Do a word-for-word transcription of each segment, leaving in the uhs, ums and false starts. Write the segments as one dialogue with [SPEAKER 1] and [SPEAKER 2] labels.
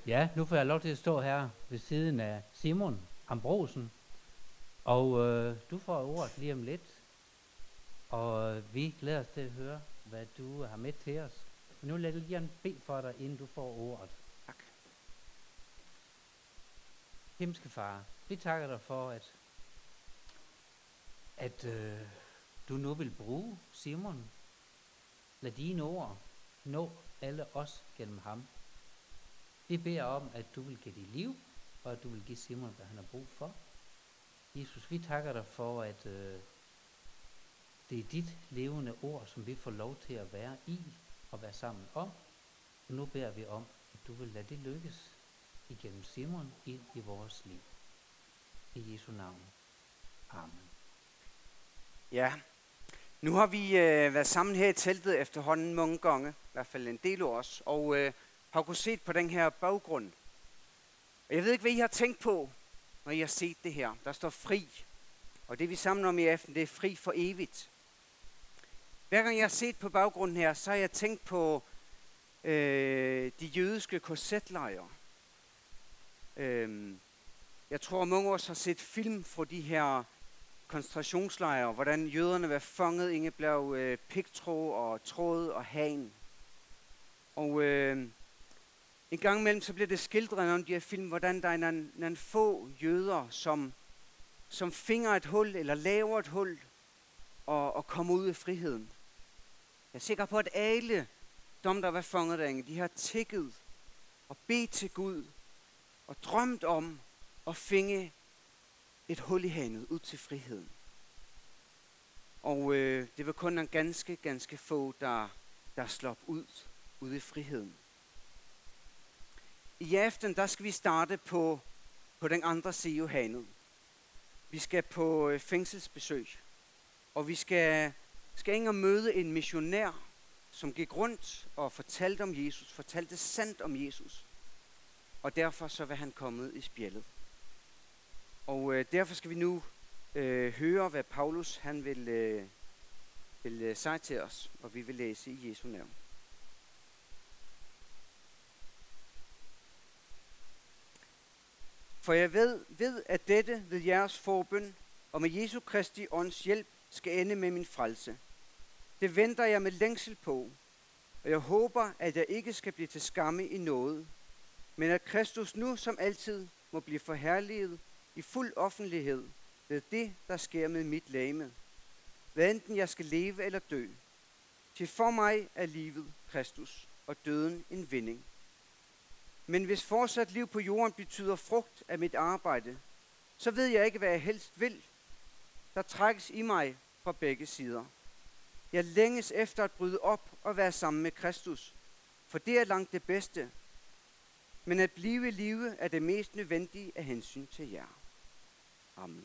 [SPEAKER 1] Ja, nu får jeg lov til at stå her ved siden af Simon Ambrosen, og øh, du får ordet lige om lidt, og øh, vi glæder os til at høre, hvad du har med til os. Men nu vil jeg lige gerne bede for dig, inden du får ordet.
[SPEAKER 2] Tak.
[SPEAKER 1] Himmelske Far, vi takker dig for, at, at øh, du nu vil bruge Simon. Lad dine ord nå alle os gennem ham. Vi beder om, at du vil give dit liv, og at du vil give Simon, hvad han har brug for. Jesus, vi takker dig for, at øh, det er dit levende ord, som vi får lov til at være i og være sammen om. Og nu beder vi om, at du vil lade det lykkes igennem Simon ind i vores liv. I Jesu navn. Amen.
[SPEAKER 2] Ja, nu har vi øh, været sammen her i teltet efterhånden mange gange, i hvert fald en del af os, og øh, har kunnet set på den her baggrund. Og jeg ved ikke, hvad I har tænkt på, når I har set det her. Der står fri, og det vi sammen om i aften, det er fri for evigt. Hver gang jeg har set på baggrunden her, så har jeg tænkt på øh, de jødiske korsetlejre. Øh, jeg tror, mange af os har set film fra de her koncentrationslejre, hvordan jøderne var fanget, ingen blev øh, pigtråd og tråd og hagn. Og øh, en gang imellem så bliver det skildret om de her film, hvordan der er nogle, nogle få jøder, som, som finger et hul eller laver et hul og, og kommer ud af friheden. Jeg er sikker på, at alle dem, der var fanget derinde, de har tigget og bedt til Gud og drømt om at finde et hul i hanet ud til friheden. Og øh, det var kun nogle ganske, ganske få, der, der slap ud, ud i friheden. I aften, der skal vi starte på, på den andre side af hanet. Vi skal på øh, fængselsbesøg, og vi skal, skal ind og møde en missionær, som gik rundt og fortalte om Jesus, fortalte sandt om Jesus. Og derfor så var han kommet i spjældet. Og øh, derfor skal vi nu øh, høre, hvad Paulus han vil, øh, vil øh, sige til os, og vi vil læse i Jesu navn. For jeg ved, ved, at dette ved jeres forbøn og med Jesu Kristi ånds hjælp skal ende med min frelse. Det venter jeg med længsel på, og jeg håber, at jeg ikke skal blive til skamme i noget, men at Kristus nu som altid må blive forherliget i fuld offentlighed ved det, der sker med mit legeme. Hvad enten jeg skal leve eller dø. Til for mig er livet Kristus, og døden en vinding. Men hvis fortsat liv på jorden betyder frugt af mit arbejde, så ved jeg ikke, hvad jeg helst vil. Der trækkes i mig fra begge sider. Jeg længes efter at bryde op og være sammen med Kristus, for det er langt det bedste. Men at blive i live er det mest nødvendige af hensyn til jer. Amen.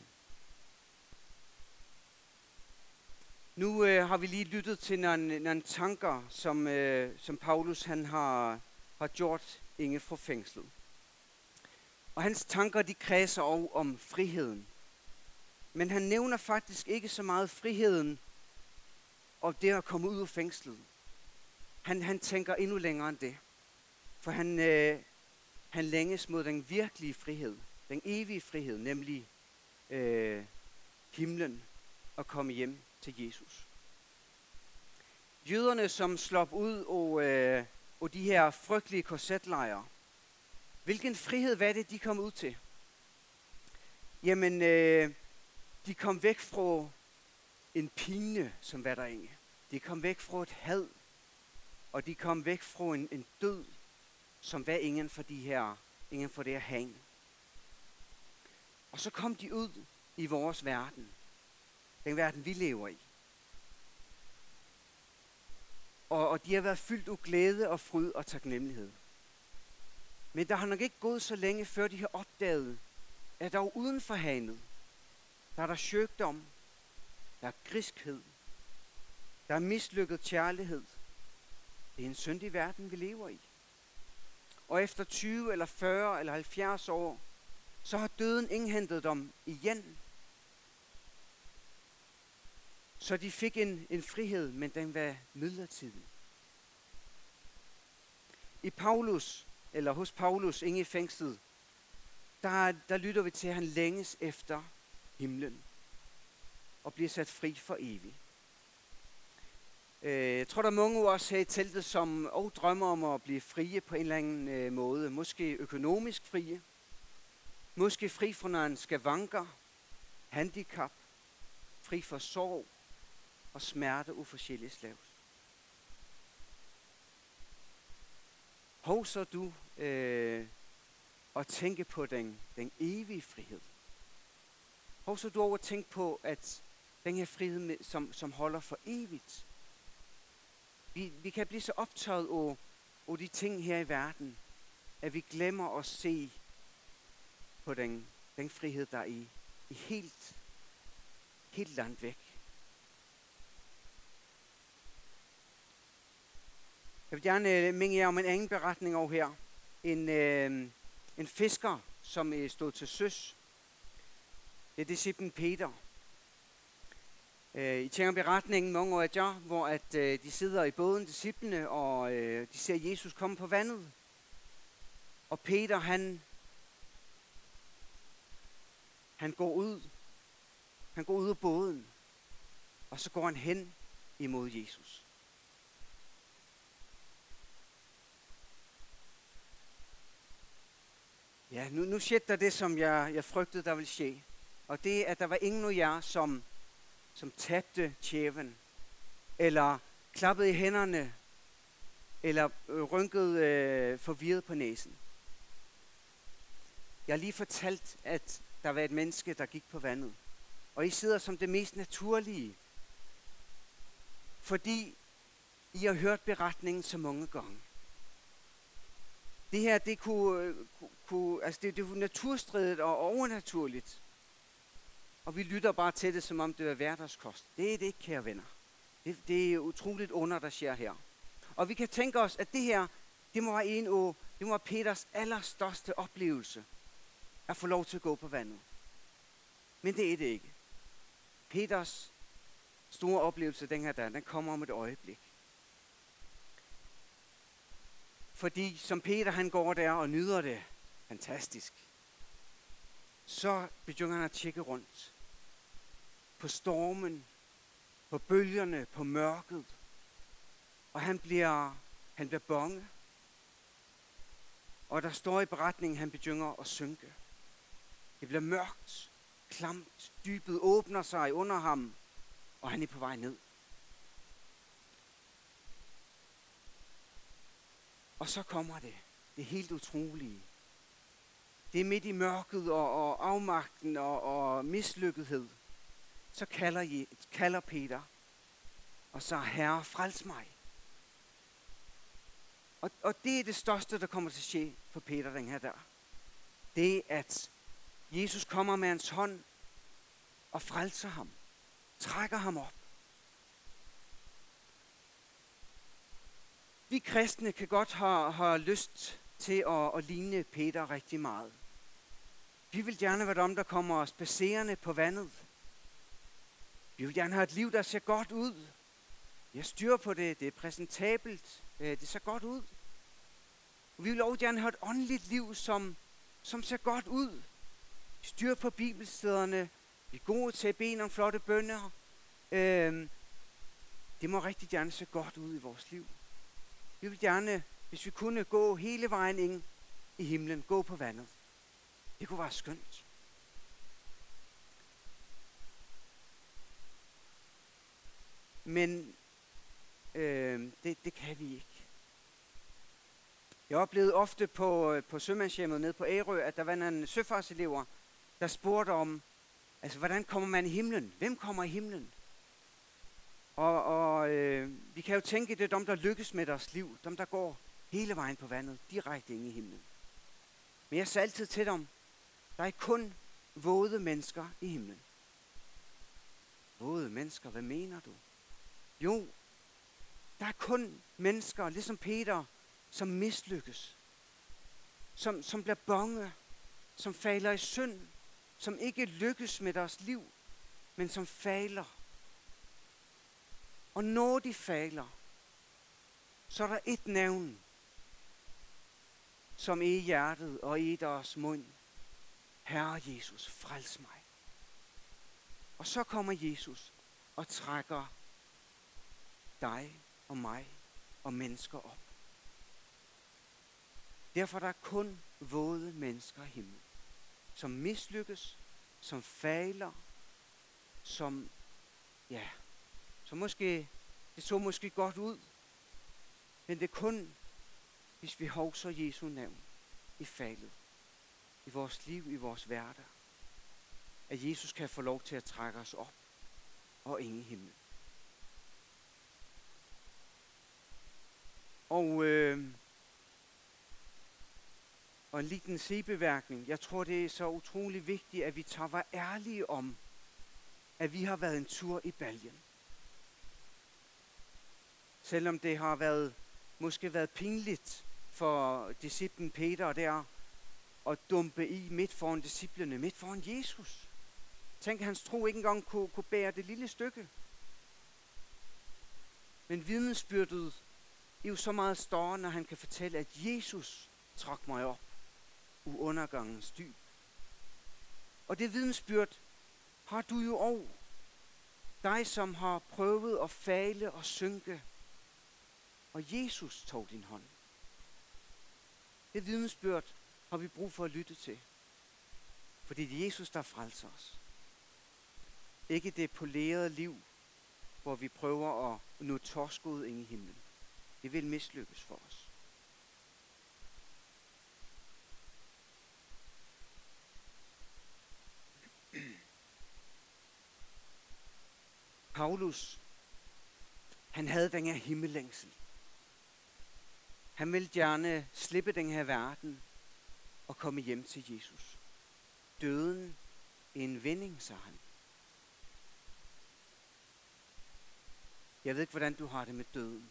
[SPEAKER 2] Nu øh, har vi lige lyttet til nogle, nogle tanker, som, øh, som Paulus han har, har gjort inde fra fængslet. Og hans tanker, de kredser også om friheden. Men han nævner faktisk ikke så meget friheden og det at komme ud af fængslet. Han, han tænker endnu længere end det. For han, øh, han længes mod den virkelige frihed, den evige frihed, nemlig øh, himlen og komme hjem til Jesus. Jøderne, som slap ud og, øh, og de her frygtelige korsetlejre, hvilken frihed var det, de kom ud til? Jamen, øh, de kom væk fra en pine, som var derinde. De kom væk fra et had, og de kom væk fra en, en død, som var ingen for de her, ingen for det her hang. Og så kom de ud i vores verden, den verden vi lever i. Og, og de har været fyldt af glæde og fryd og taknemmelighed. Men der har nok ikke gået så længe, før de har opdaget, at der er uden for hanet, der er der sjøgdom, der er griskhed, der er mislykket kærlighed. Det er en syndig verden, vi lever i. Og efter tyve eller fyrre eller halvfjerds år, så har døden indhentet dem igen. Så de fik en, en frihed, men den var midlertidig. I Paulus eller hos Paulus inde i fængslet, der, der lytter vi til, at han længes efter himlen og bliver sat fri for evigt. Jeg tror, der er mange af os her i teltet, som også drømmer om at blive frie på en eller anden øh, måde. Måske økonomisk frie. Måske fri fra nogle skavanker, handicap, fri for sorg og smerte uforskellige slags. Hovser du øh, at tænke på den, den evige frihed? Hovser du over at tænke på, at den her frihed, som, som holder for evigt? Vi, vi kan blive så optaget af, af de ting her i verden, at vi glemmer at se på den, den frihed, der er i, i helt, helt langt væk. Jeg vil gerne minde jer om en anden beretning over her. En, øh, en fisker, som øh, stod til søs. Det er disciplen Peter. Øh, I kender beretningen mange af jer, hvor at, øh, de sidder i båden, disciplene, og øh, de ser Jesus komme på vandet. Og Peter, han, han går ud. Han går ud af båden. Og så går han hen imod Jesus. Ja, nu, nu skete der det, som jeg, jeg frygtede, der ville ske. Og det er, at der var ingen af jer, som, som tabte tjæven, eller klappede i hænderne, eller øh, rynkede øh, forvirret på næsen. Jeg har lige fortalt, at der var et menneske, der gik på vandet. Og I sidder som det mest naturlige, fordi I har hørt beretningen så mange gange. Det her, det kunne, kunne altså det, det er naturstridigt og overnaturligt. Og vi lytter bare til det, som om det er hverdagskost. Det er det ikke, kære venner. Det, det er utroligt under, der sker her. Og vi kan tænke os, at det her, det må være en af, det må være Peters allerstørste oplevelse, at få lov til at gå på vandet. Men det er det ikke. Peters store oplevelse den her dag, den kommer om et øjeblik. Fordi som Peter han går der og nyder det fantastisk, så begynder han at tjekke rundt på stormen, på bølgerne, på mørket. Og han bliver, han bliver bange. Og der står i beretningen, at han begynder at synke. Det bliver mørkt, klamt, dybet åbner sig under ham, og han er på vej ned. Og så kommer det, det helt utrolige. Det er midt i mørket og, og afmagten og, og mislykkethed. Så kalder, I, kalder Peter, og så Herre, frels mig. Og, og det er det største, der kommer til at ske for Peter den her dag. Det er, at Jesus kommer med hans hånd og frelser ham. Trækker ham op. Vi kristne kan godt have, have lyst til at, at ligne Peter rigtig meget. Vi vil gerne være dem, der kommer spacerende på vandet. Vi vil gerne have et liv, der ser godt ud. Vi har styr på det, det er præsentabelt, det ser godt ud. Og vi vil også gerne have et åndeligt liv, som, som ser godt ud. Styr på bibelstederne, vi er gode til at bede nogle flotte bønner. Øhm, det må rigtig gerne se godt ud i vores liv. Vi vil gerne, hvis vi kunne gå hele vejen ind i himlen, gå på vandet. Det kunne være skønt. Men øh, det, det kan vi ikke. Jeg oplevede ofte på, på sømandshjemmet nede på Ærø, at der var nogle søfartselever, der spurgte om, altså hvordan kommer man i himlen? Hvem kommer i himlen? Og, og øh, vi kan jo tænke, det er dem, der lykkes med deres liv. Dem, der går hele vejen på vandet, direkte ind i himlen. Men jeg sagde altid til dem, der er kun våde mennesker i himlen. Våde mennesker, hvad mener du? Jo, der er kun mennesker, ligesom Peter, som mislykkes. Som, som bliver bange, som falder i synd, som ikke lykkes med deres liv, men som falder. Og når de falder, så er der et navn, som er i hjertet og i deres mund. Herre Jesus, frels mig. Og så kommer Jesus og trækker dig og mig og mennesker op. Derfor er der kun våde mennesker i himlen, som mislykkes, som fejler, som, ja, som måske, det så måske godt ud, men det er kun, hvis vi hovser Jesu navn i faldet, i vores liv, i vores hverdag, at Jesus kan få lov til at trække os op og ind i himlen. Og, øh, og en liten sidebemærkning. Jeg tror, det er så utrolig vigtigt, at vi tager være ærlige om, at vi har været en tur i baljen. Selvom det har været, måske været pinligt for disciplen Peter der, at dumpe i midt foran disciplene, midt foran Jesus. Tænk, at hans tro ikke engang kunne, kunne bære det lille stykke. Men vidnesbyrdet er jo så meget større, når han kan fortælle, at Jesus trak mig op u undergangens dyb. Og det vidnesbyrd har du jo også. Dig, som har prøvet at falde og synke. Og Jesus tog din hånd. Det vidnesbyrd har vi brug for at lytte til. Fordi det er Jesus, der frelser os. Ikke det polerede liv, hvor vi prøver at nå torskud ind i himlen. Det vil mislykkes for os. Paulus, han havde den her himmellængsel. Han ville gerne slippe den her verden og komme hjem til Jesus. Døden er en vending, sagde han. Jeg ved ikke, hvordan du har det med døden.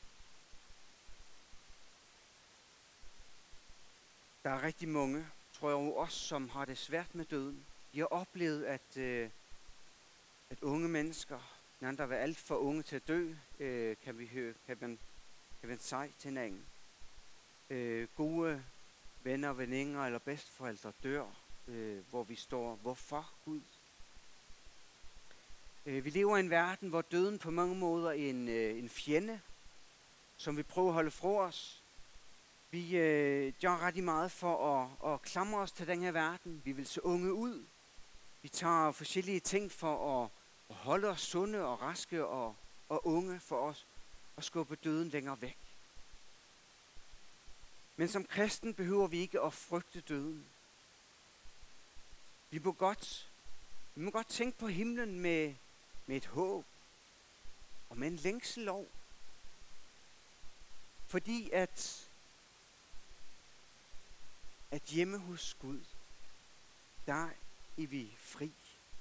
[SPEAKER 2] Der er rigtig mange, tror jeg også, som har det svært med døden. Jeg har oplevet, at, øh, at unge mennesker, når der er alt for unge til at dø, øh, kan vi høre, kan man, kan man sige til hinanden. Øh, gode venner, veninder eller bedsteforældre dør, øh, hvor vi står, hvorfor Gud? Øh, vi lever i en verden, hvor døden på mange måder er en, øh, en fjende, som vi prøver at holde fra os. Vi øh, gør rigtig meget for at, at klamre os til den her verden. Vi vil se unge ud. Vi tager forskellige ting for at, at holde os sunde og raske og, og unge for os og skubbe døden længere væk. Men som kristen behøver vi ikke at frygte døden. Vi må godt, vi må godt tænke på himlen med, med et håb og med en længsel over. Fordi at at hjemme hos Gud, der er vi fri.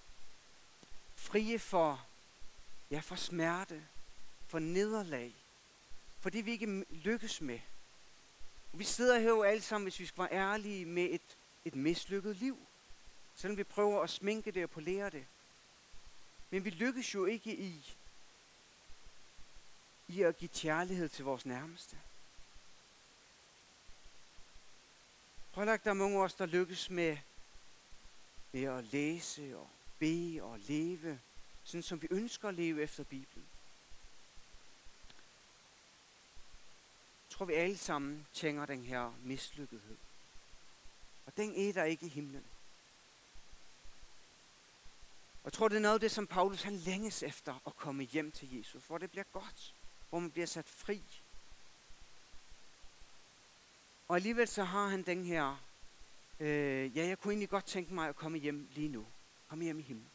[SPEAKER 2] Frie for, ja, for smerte, for nederlag, for det vi ikke lykkes med. Vi sidder her jo alle sammen, hvis vi skal være ærlige, med et, et mislykket liv. Selvom vi prøver at sminke det og polere det. Men vi lykkes jo ikke i, i at give kærlighed til vores nærmeste. Prøv at der er mange af os, der lykkes med, med at læse og bede og leve, sådan som vi ønsker at leve efter Bibelen. Jeg tror, vi alle sammen tænker den her mislykkethed. Og den er der ikke i himlen. Og jeg tror, det er noget af det, som Paulus han længes efter at komme hjem til Jesus, hvor det bliver godt, hvor man bliver sat fri. Og alligevel så har han den her, øh, ja, jeg kunne egentlig godt tænke mig at komme hjem lige nu. Komme hjem i himlen.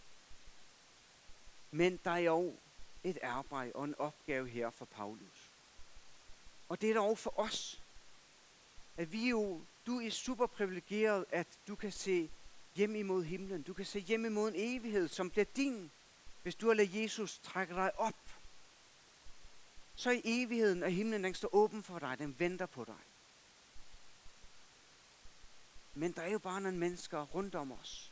[SPEAKER 2] Men der er jo et arbejde og en opgave her for Paulus. Og det er der også for os. At vi jo, du er super privilegeret, at du kan se hjem imod himlen. Du kan se hjem imod en evighed, som bliver din, hvis du har ladet Jesus trække dig op. Så i evigheden af himlen, den står åben for dig, den venter på dig. Men der er jo bare nogle mennesker rundt om os.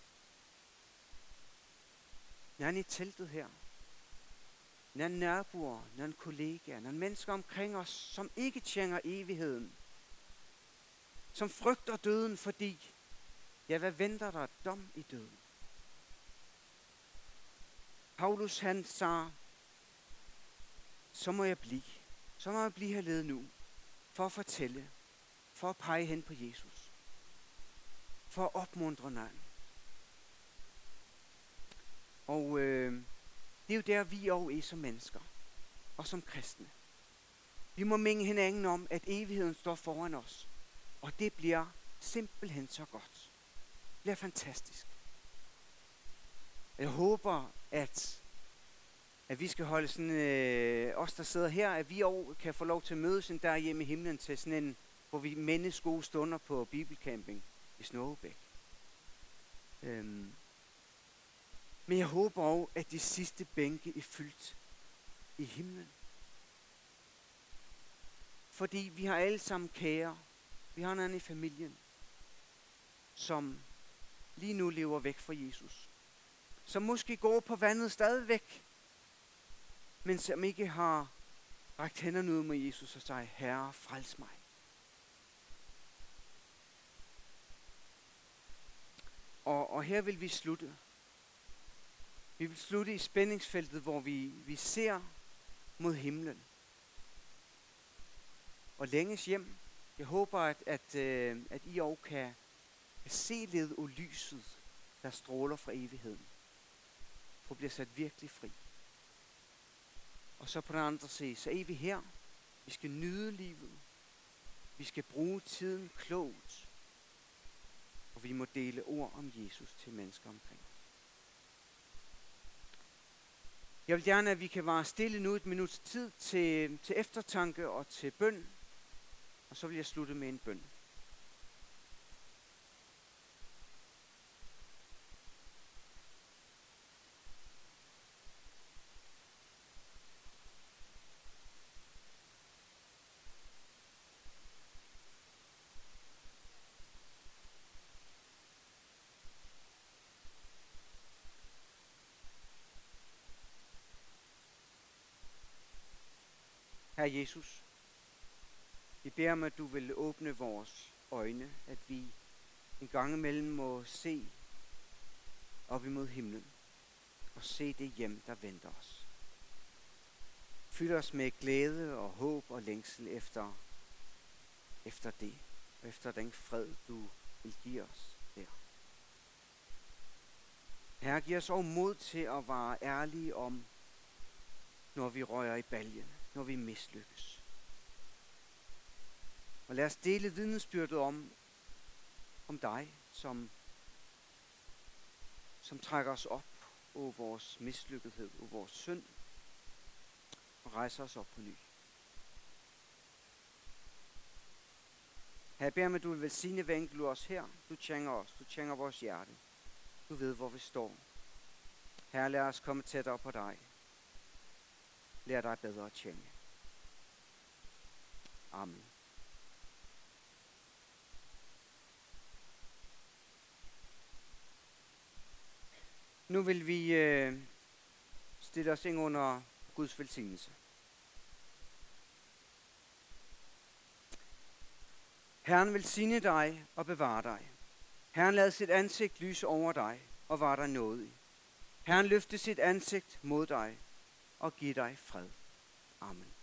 [SPEAKER 2] Nogle i teltet her. Nogle naboer, nogle kollegaer, nogle mennesker omkring os, som ikke tjener evigheden. som frygter døden, fordi, ja, hvad venter der? Dom i døden. Paulus han sagde, så må jeg blive, så må jeg blive herlede nu, for at fortælle, for at pege hen på Jesus, for at opmuntre nogen. Og øh, det er jo der, vi også er som mennesker, og som kristne. Vi må minde hinanden om, at evigheden står foran os, og det bliver simpelthen så godt. Det bliver fantastisk. Jeg håber, at, at vi skal holde sådan, øh, os der sidder her, at vi også kan få lov til at mødes en der hjemme i himlen til sådan en, hvor vi mindes gode stunder på bibelcamping i Snogebæk. Øhm. Men jeg håber også, at de sidste bænke er fyldt i himlen. Fordi vi har alle sammen kære, vi har en anden i familien, som lige nu lever væk fra Jesus. Som måske går på vandet stadigvæk, men som ikke har rakt hænderne ud mod Jesus og sagt, Herre, frels mig. Og, og her vil vi slutte. Vi vil slutte i spændingsfeltet, hvor vi, vi ser mod himlen. Og længes hjem. Jeg håber, at, at, øh, at I også kan, kan se lidt af lyset, der stråler fra evigheden. For at blive sat virkelig fri. Og så på den andre side, så er vi her. Vi skal nyde livet. Vi skal bruge tiden klogt. Og vi må dele ord om Jesus til mennesker omkring. Jeg vil gerne, at vi kan være stille nu et minuts tid til, til eftertanke og til bøn. Og så vil jeg slutte med en bøn. Herre Jesus, vi beder om, at du vil åbne vores øjne, at vi en gang imellem må se op imod himlen og se det hjem, der venter os. Fyld os med glæde og håb og længsel efter, efter det, og efter den fred, du vil give os der. Herre, giv os også mod til at være ærlige om, når vi rører i baljen, når vi mislykkes. Og lad os dele vidnesbyrdet om, om dig, som, som trækker os op over vores mislykkethed, over vores synd, og rejser os op på ny. Her beder med, at du vil velsigne hver enkelt af os her. Du tjener os, du tjener vores hjerte. Du ved, hvor vi står. Herre, lad os komme tættere på dig. Lær dig bedre at tjene. Amen. Nu vil vi øh, stille os ind under Guds velsignelse. Herren velsigne dig og bevare dig. Herren lad sit ansigt lyse over dig og var dig nådig. Herren løfte sit ansigt mod dig og give dig fred. Amen.